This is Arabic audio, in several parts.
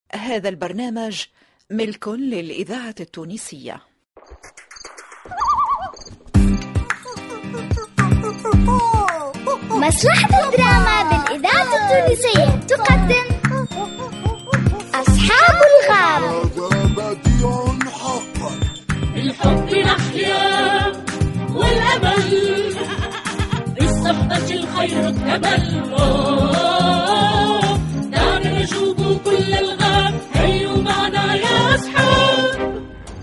هذا البرنامج ملك للإذاعة التونسية. مسرحة الدراما بالإذاعة التونسية تقدم أصحاب الغاب. بالحب نحيا والأمل بالصحبة الخير اكتمل. دعنا نجوب كل الغاب، هيوا معنا يا أصحاب.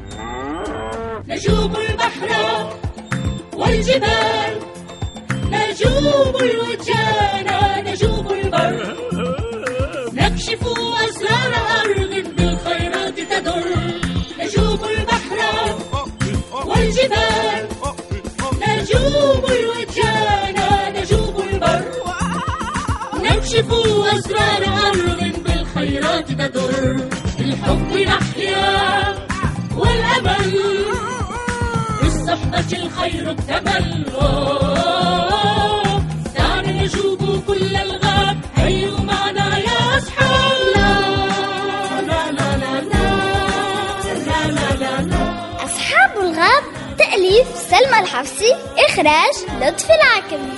نجوب البحر والجبال، نجوب الوجان، نجوب البر، نكشف أسرار أرض بالخيرات تدر. نجوب البحر والجبال، نجوب الوجان، نجوب البر، نكشف أسرار أرض بالخيرات تدر. بالحب نحيا والأمل بالصحبة الخير اكتمل. دعنا نجوب كل الغاب، هيوا معنا يا أصحاب. لا لا لا لا لا لا لا لا. أصحاب الغاب، تأليف سلمى الحفصي، إخراج لطفي العكمي.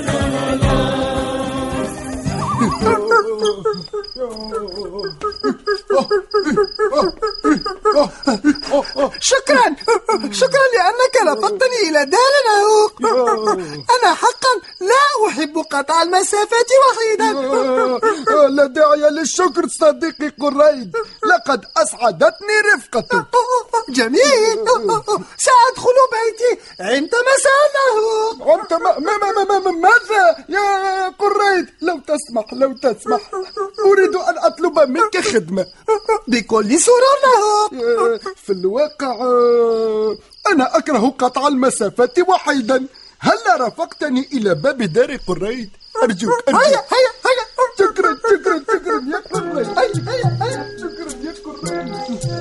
شكرا لأنك رافقتني إلى دارنا. أنا حقا لا أحب قطع المسافات وحيدا. لا داعي للشكر صديقي قريد، لقد أسعدتني رفقتك. جميل، سأدخل بيتي عندما سأله. أنت ماذا يا قريد؟ لو تسمح أريد أن أطلب منك خدمة. بكل سرور له. في الواقع أنا أكره قطع المسافات وحيدا. هل رافقتني إلى باب دار قريد؟ أرجوك. هيا. شكرا يا قريد. هيا شكرا يا قريد.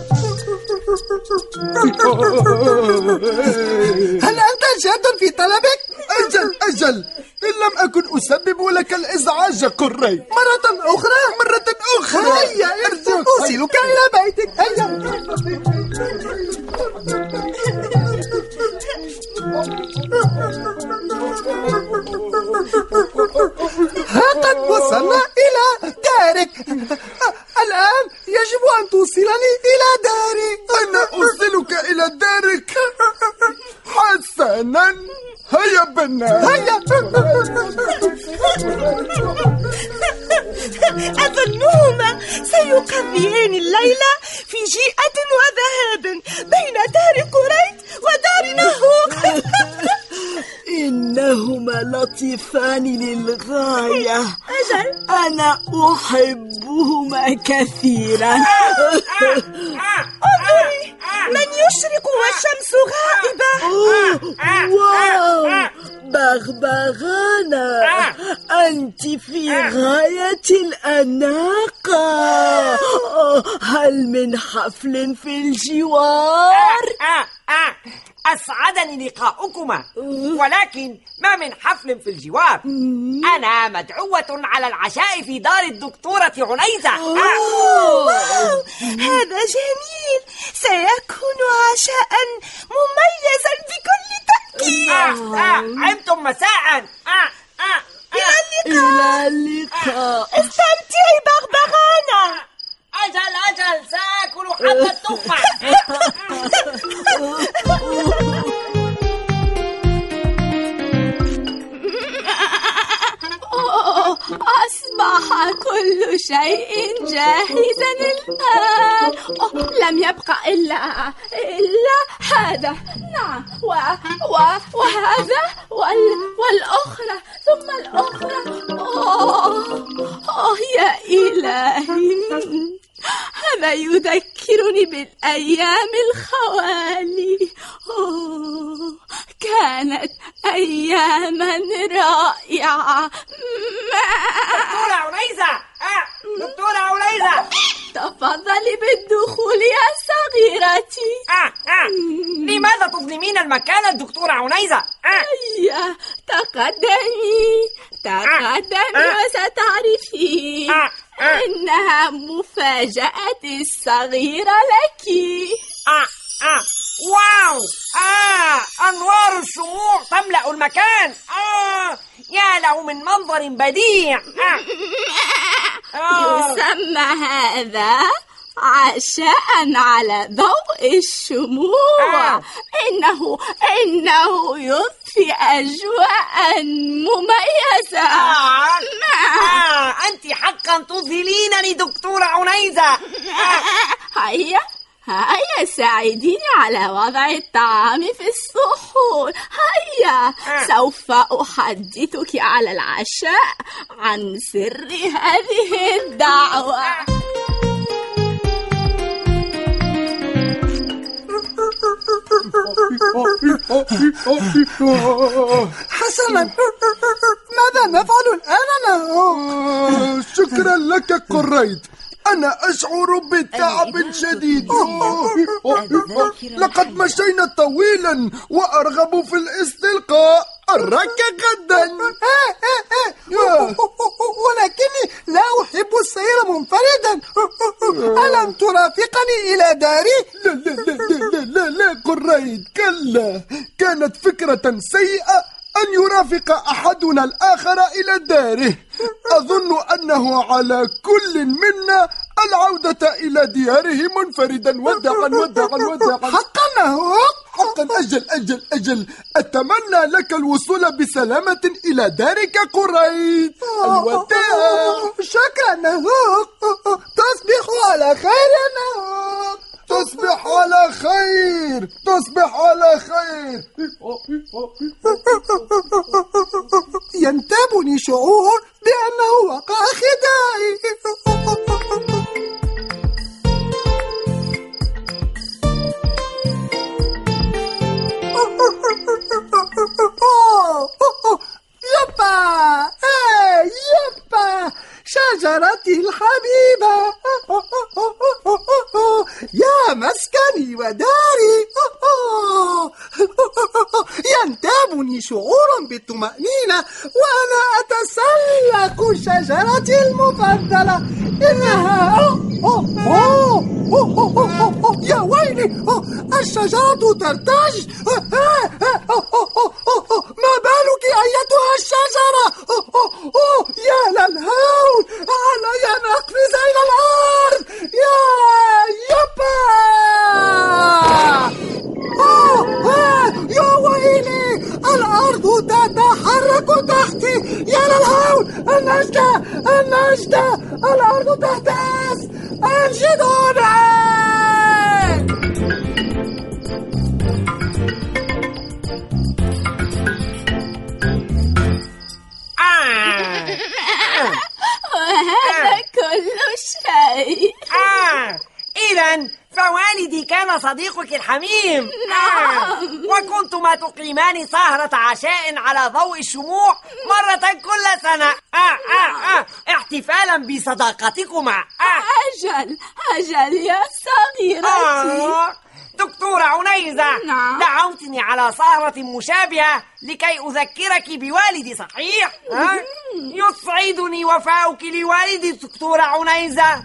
هل أنت جاد في طلبك؟ أجل إن لم أكن أسبب لك الإزعاج قريد. مرة أخرى. هيا أرجوك، أوصلك إلى بيتك. هيا. قد وصلنا إلى دارك. الآن يجب أن توصلني إلى داري. أنا أوصلك إلى دارك حسنا. هيا بنا. هيا. أظنهما سيقضيان الليلة في جيئة وذهاب بين دار قريد ودار نهوق. إنهما لطيفان للغاية. أجل، أنا أحبهما كثيرا. انظري، من يشرق والشمس غائبة. واو، بغبغانة، أنت في غاية الأناقة. هل من حفل في الجوار؟ أسعدني لقاؤكما، ولكن ما من حفل في الجوار. أنا مدعوة على العشاء في دار الدكتورة عنيزة. واو، هذا جميل، سيكون عشاء مميزا بكل تأكيد. عمتم مساء. إلى اللقاء. استمتعي بغبغانة. أجل سأكل حبة تفاح. أصبح كل شيء جاهزا الآن. لم يبقى إلا هذا. نعم، وهذا والأخرى ثم الأخرى. يا إلهي، هذا يذكرني بالأيام الخوالي. كانت أياما رائعة. دكتورة عنيزة، تفضلي بالدخول يا صغيرتي. لماذا تظلمين المكان دكتورة عنيزة؟ تقدمي وستعرفين. إنها مفاجأتي الصغيرة لك. واو! أنوار الشموع تملأ المكان. يا له من منظر بديع. يسمى هذا عشاء على ضوء الشموع. إنه يضفي أجواء مميزة. أنت حقا تذهلينني دكتورة عنيزة. هيا ساعديني على وضع الطعام في الصحون. هيا سوف أحدثك على العشاء عن سر هذه الدعوة. حسنا، ماذا نفعل الآن؟ شكرا لك قريت، أنا أشعر بتعب شديد. لقد مشينا طويلا وأرغب في الاستلقاء. أراك غدا. ولكني لا أحب السير منفردا. ألم ترافقني إلى داري؟ لا قريت، كلا، كانت فكرة سيئة أن يرافق أحدنا الآخر إلى داره. أظن أنه على كل منا العودة إلى دياره منفردا. وداعا. حقا أجل. أتمنى لك الوصول بسلامة إلى دارك قريت. الوداع. شكرا نهوك. تصبح على خير يا نهوك. تصبح على خير. ينتابني شعور بأنه وقع خداعي. يبا شجرتي الحبيبة، يا مسكني وداري. ينتابني شعور بالطمأنينة وأنا أتسلق شجرتي المفضلة. إنها يا ويلي، الشجرة ترتج. ما بالك أيتها الشجرة؟ يا للهول، علي أن أقفز إلى الأرض. يا ويلي، الأرض تتحرك تحتي. يا للهول، النجدة، الأرض تهتز. أنشدوني. وهذا كل شيء. إذن فوالدي كان صديقك الحميم. وكنتما تقيمان سهرة عشاء على ضوء الشموع مرة كل سنة. احتفالا بصداقتكما. أجل يا صغيرتي. دكتورة عنيزة، دعوتني على سهرة مشابهة لكي أذكرك بوالدي، صحيح؟ يسعدني وفاؤك لوالدي دكتورة عنيزة.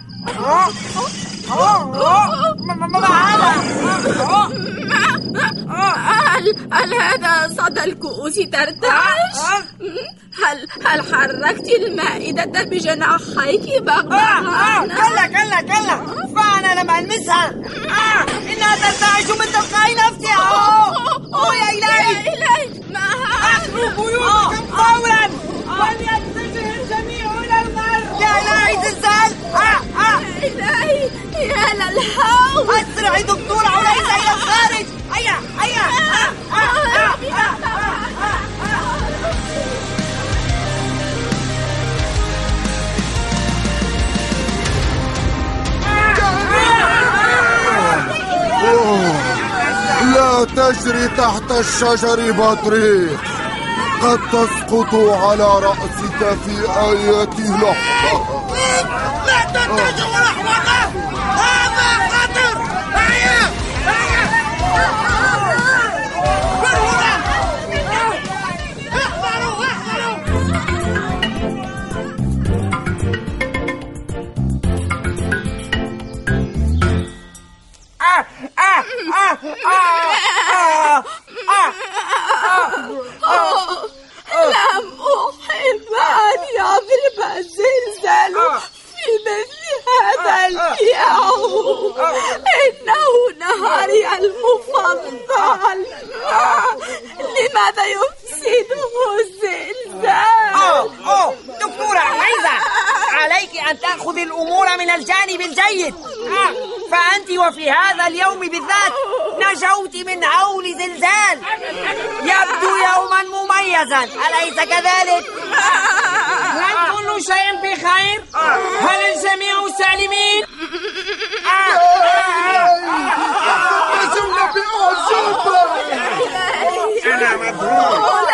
هل هذا صدى الكؤوس ترتعش؟ هل حركت المائدة بجناحيك بغبغانة؟ كلا، فأنا لم ألمسها. إنها ترتعش من تلقاء نفسها. يا إلهي، ما هذا؟ بيوتكم فورا وليتجه الجميع إلى الغرب. يا إلهي زلزال. إلهي، يا للهول. أسرعي دكتورة عنيزة إلى الخارج. هيا. لا تجري تحت الشجر بطريق، قد تسقط على رأسك في أي لحظة. لا تتجه نحوها، هذا خطر. هيا من هنا. احذروا. إنه نهاري المفضل. لماذا يفسده الزلزال؟ دكتورة عنيزة، عليك أن تأخذ الأمور من الجانب الجيد. فأنت وفي هذا اليوم بالذات نجوت من هول زلزال يبدو يوما مميزا، أليس كذلك؟ هل كل شيء بخير؟ هل الجميع سالمين؟ نزلنا بأعجوبة. أنا مذهول.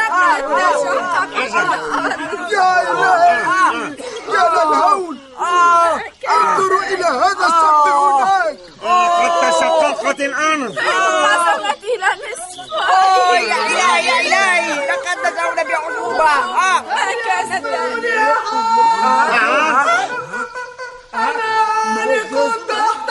يا إلهي، يا للهول، انظروا إلى هذا السد هناك. قد تشققت الأرض. وصلت إلى نصف. يا إلهي، لقد نجونا بعجوبة. ما كان ذلك؟ ملك تحت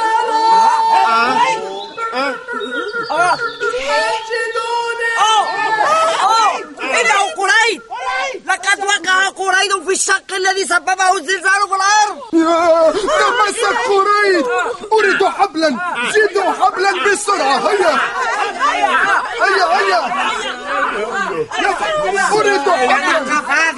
إنه قريد. لقد وقع قريد في الشق الذي سببه الزلزال في الأرض. تمسك قريد. أريد حبلا، زيدوا حبلا بسرعة. هيا هيا هيا، أريد حبلا.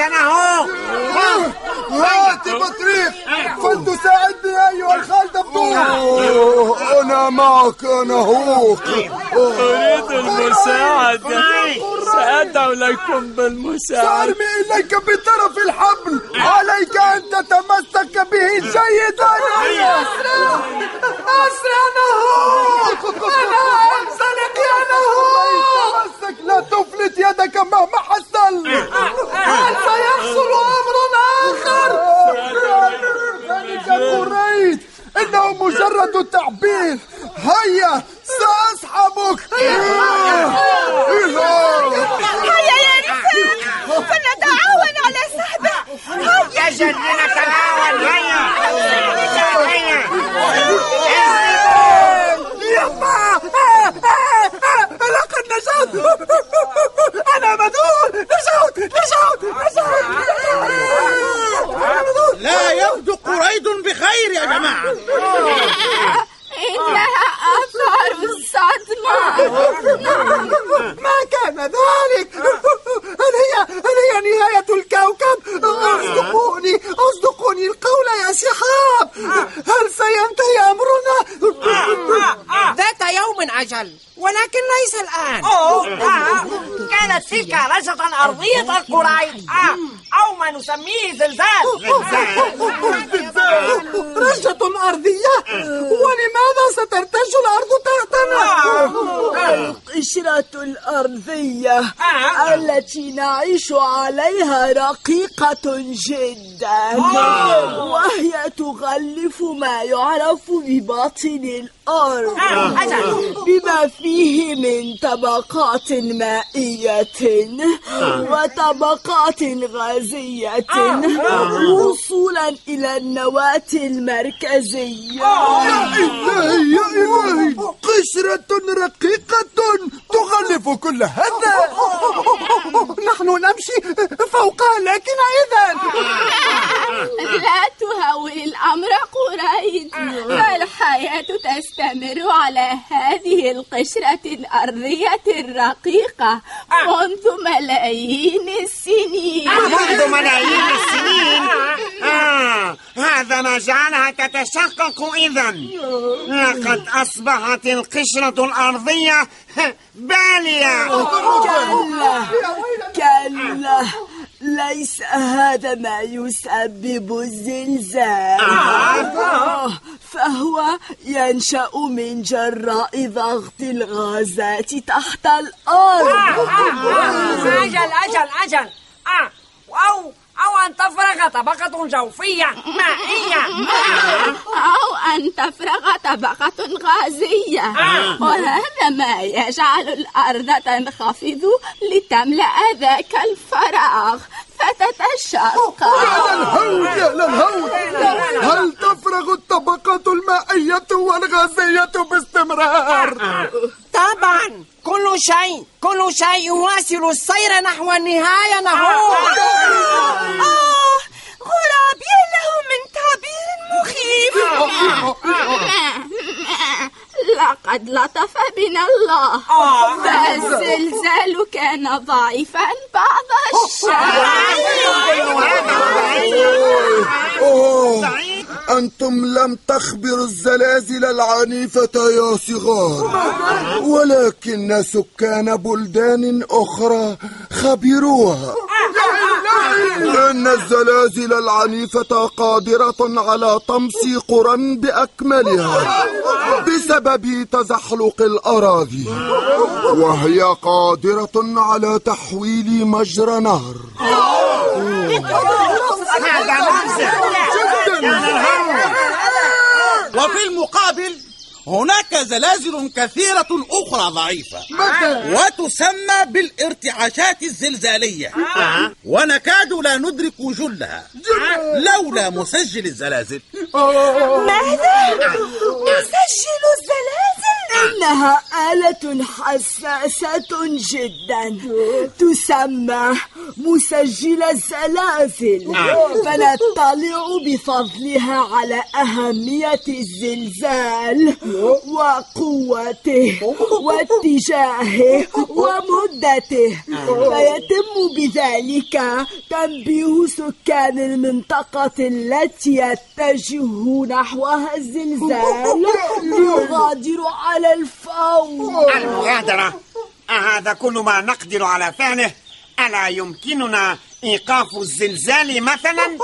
هات بطريق فلتساعدني أيها الخال دبور. أنا معك، أنا هوك. أريد المساعدة، سأدعو لكم بالمساعدة. سأرمي إليك بطرف الحبل، عليك أن تتمسك به جيدا. أسرع نهوك، أنا أنزلق يا نهوك. تمسك، لا تفلت يدك مهما حصل. هل سيحصل أمر آخر؟ ذلك قريد، إنه مجرد تعبير. هيا سأسحبك. هيا يا رفاق، فلنتعاون على سحبه. يجب أن نتعاون. هيا لقد نجوت. أنا مذهول. نجوت. لا يبدو قريد بخير يا جماعة. إنها آثار الصدمة. ما كان ذلك. هل هي نهاية الكوكب؟ أصدقوني القول يا سحاب. هل سينتهي أمرنا؟ ذات يوم أجل، ولكن ليس الآن. كانت تلك رجة أرضية قريد، أو ما نسميه زلزال. رجة أرضية؟ ولماذا سترتج الأرض تحتنا؟ القشرة الأرضية التي نعيش عليها رقيقة جدا، وهي تغلف ما يعرف بباطن الأرض، بما فيه من طبقات مائية وطبقات غازية، وصولا إلى النواة المركزية. يا إلهي، قشرة رقيقة تغلف كل هذا. نحن نمشي فوقها، لكن إذا لا تهول الأمر قريد، فالحياة تستمر على هذه القشرة الأرضية الرقيقة منذ ملايين السنين. هذا ما جعلها تتشقق إذن. لقد أصبحت القشرة الأرضية بالية. كلا، ليس هذا ما يسبب الزلزال. فهو ينشأ من جراء ضغط الغازات تحت الأرض. أجل. أو أن تفرغ طبقة جوفية مائية، أو أن تفرغ طبقة غازية، وهذا ما يجعل الأرض تنخفض لتملأ ذاك الفراغ فتتشقق. يا للهول، هل تفرغ الطبقات المائية والغازية باستمرار؟ طبعا، كل شيء يواصل السير نحو النهاية. غرابي له من تعبير مخيف. لقد لطف بنا الله، فالزلزال كان ضعيفا بعض الشيء. أنتم لم تخبروا الزلازل العنيفة يا صغار، ولكن سكان بلدان أخرى خبروها. إن الزلازل العنيفة قادرة على طمس قرى بأكملها بسبب تزحلق الأراضي، وهي قادرة على تحويل مجرى نهر. وفي المقابل هناك زلازل كثيرة أخرى ضعيفة وتسمى بالارتعاشات الزلزالية، ونكاد لا ندرك جلها لولا مسجل الزلازل. ماذا؟ مسجل الزلازل؟ إنها آلة حساسة جدا تسمى مسجل الزلازل، فنطلع بفضلها على أهمية الزلزال وقوته واتجاهه ومدته، فيتم بذلك تنبيه سكان المنطقة التي يتجه نحوها الزلزال ليغادروا على الفور. المغادرة؟ هذا كل ما نقدر على فعله؟ ألا يمكننا إيقاف الزلزال مثلا؟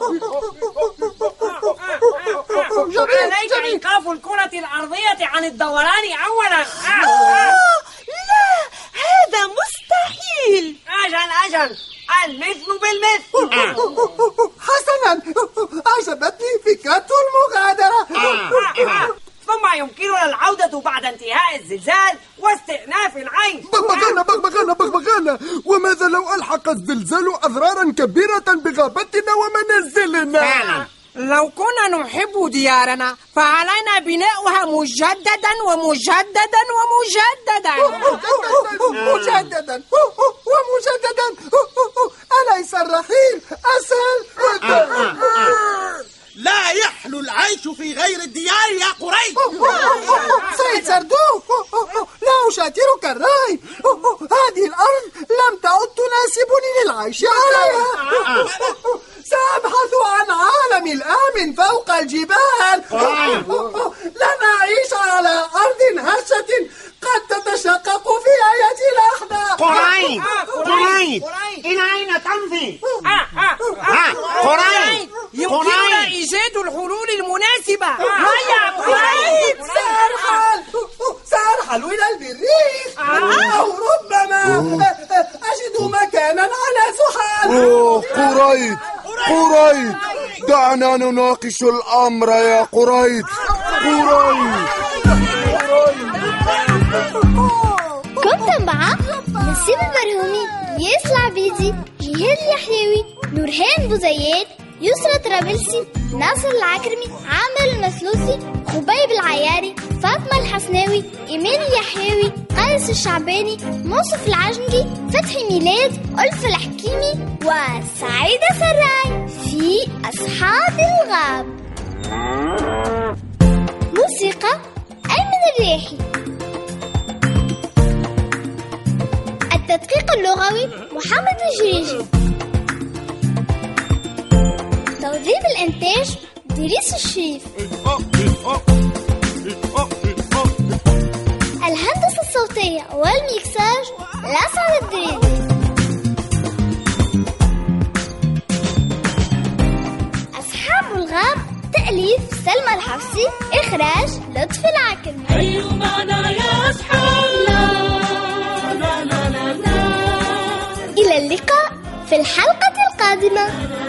عليك إيقاف الكرة الأرضية عن الدوران أولا. لا، هذا مستحيل. أجل المثل بالمثل. حسنا، أعجبتني فكرة المغادرة. ثم يمكننا العودة بعد انتهاء الزلزال واستئناف العين. بغبغانا، وماذا لو ألحق الزلزال أضرارا كبيرة بغابتنا ومنازلنا؟ لو كنا نحب ديارنا فعلينا بناؤها مجددا ومجددا ومجددا مجددا ومجددا. أليس الرحيل أسهل؟ لا يحلو العيش في غير الديار يا قريش. سيد سردوق، لا أشاترك الرأي، هذه الأرض لم تعد تناسبني للعيش عليها. سأبحث عن عالم الآمن فوق الجبال. لن أعيش على أرض هشة قد تتشقق فيها يدي الأحداث. قريد، إلى أين تمضي؟ قريد، يمكننا إيجاد الحلول المناسبة. هيا قريد. سأرحل إلى المريخ، أو ربما أجد مكانا على زحل. قريد، دعنا نناقش الأمر يا قريد. كنت مع نسيب البرهومي، يسلع بيدي، جهاد اليحيوي، نورهان بوزيات، يسرى طرابلسي، ناصر العكرمي، عامر المثلوثي، خبيب العياري، فاطمة الحسناوي، إيمان اليحيوي، قيس الشعباني، منصف العجنجي، فتحي ميلاد، ألف الحكيمي، وسعيدة سراي في أصحاب الغاب. موسيقى أيمن الريحي. التدقيق اللغوي محمد الجريجي. توظيف الإنتاج دريس الشريف. الهندسة الصوتية والميكساج الأسعد الدريدي. أصحاب الغاب تأليف سلمى الحفصي، إخراج لطفي العكرمي. هيا معنا يا أصحاب. إلى اللقاء في الحلقة القادمة.